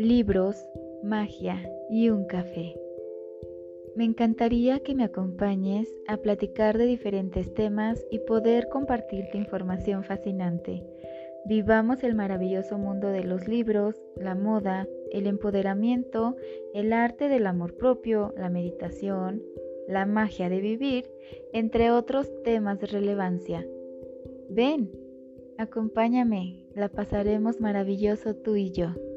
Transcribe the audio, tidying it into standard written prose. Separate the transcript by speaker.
Speaker 1: libros, magia y un café. Me encantaría que me acompañes a platicar de diferentes temas y poder compartirte información fascinante. Vivamos el maravilloso mundo de los libros, la moda, el empoderamiento, el arte del amor propio, la meditación, la magia de vivir, entre otros temas de relevancia. Ven, acompáñame, la pasaremos maravilloso tú y yo.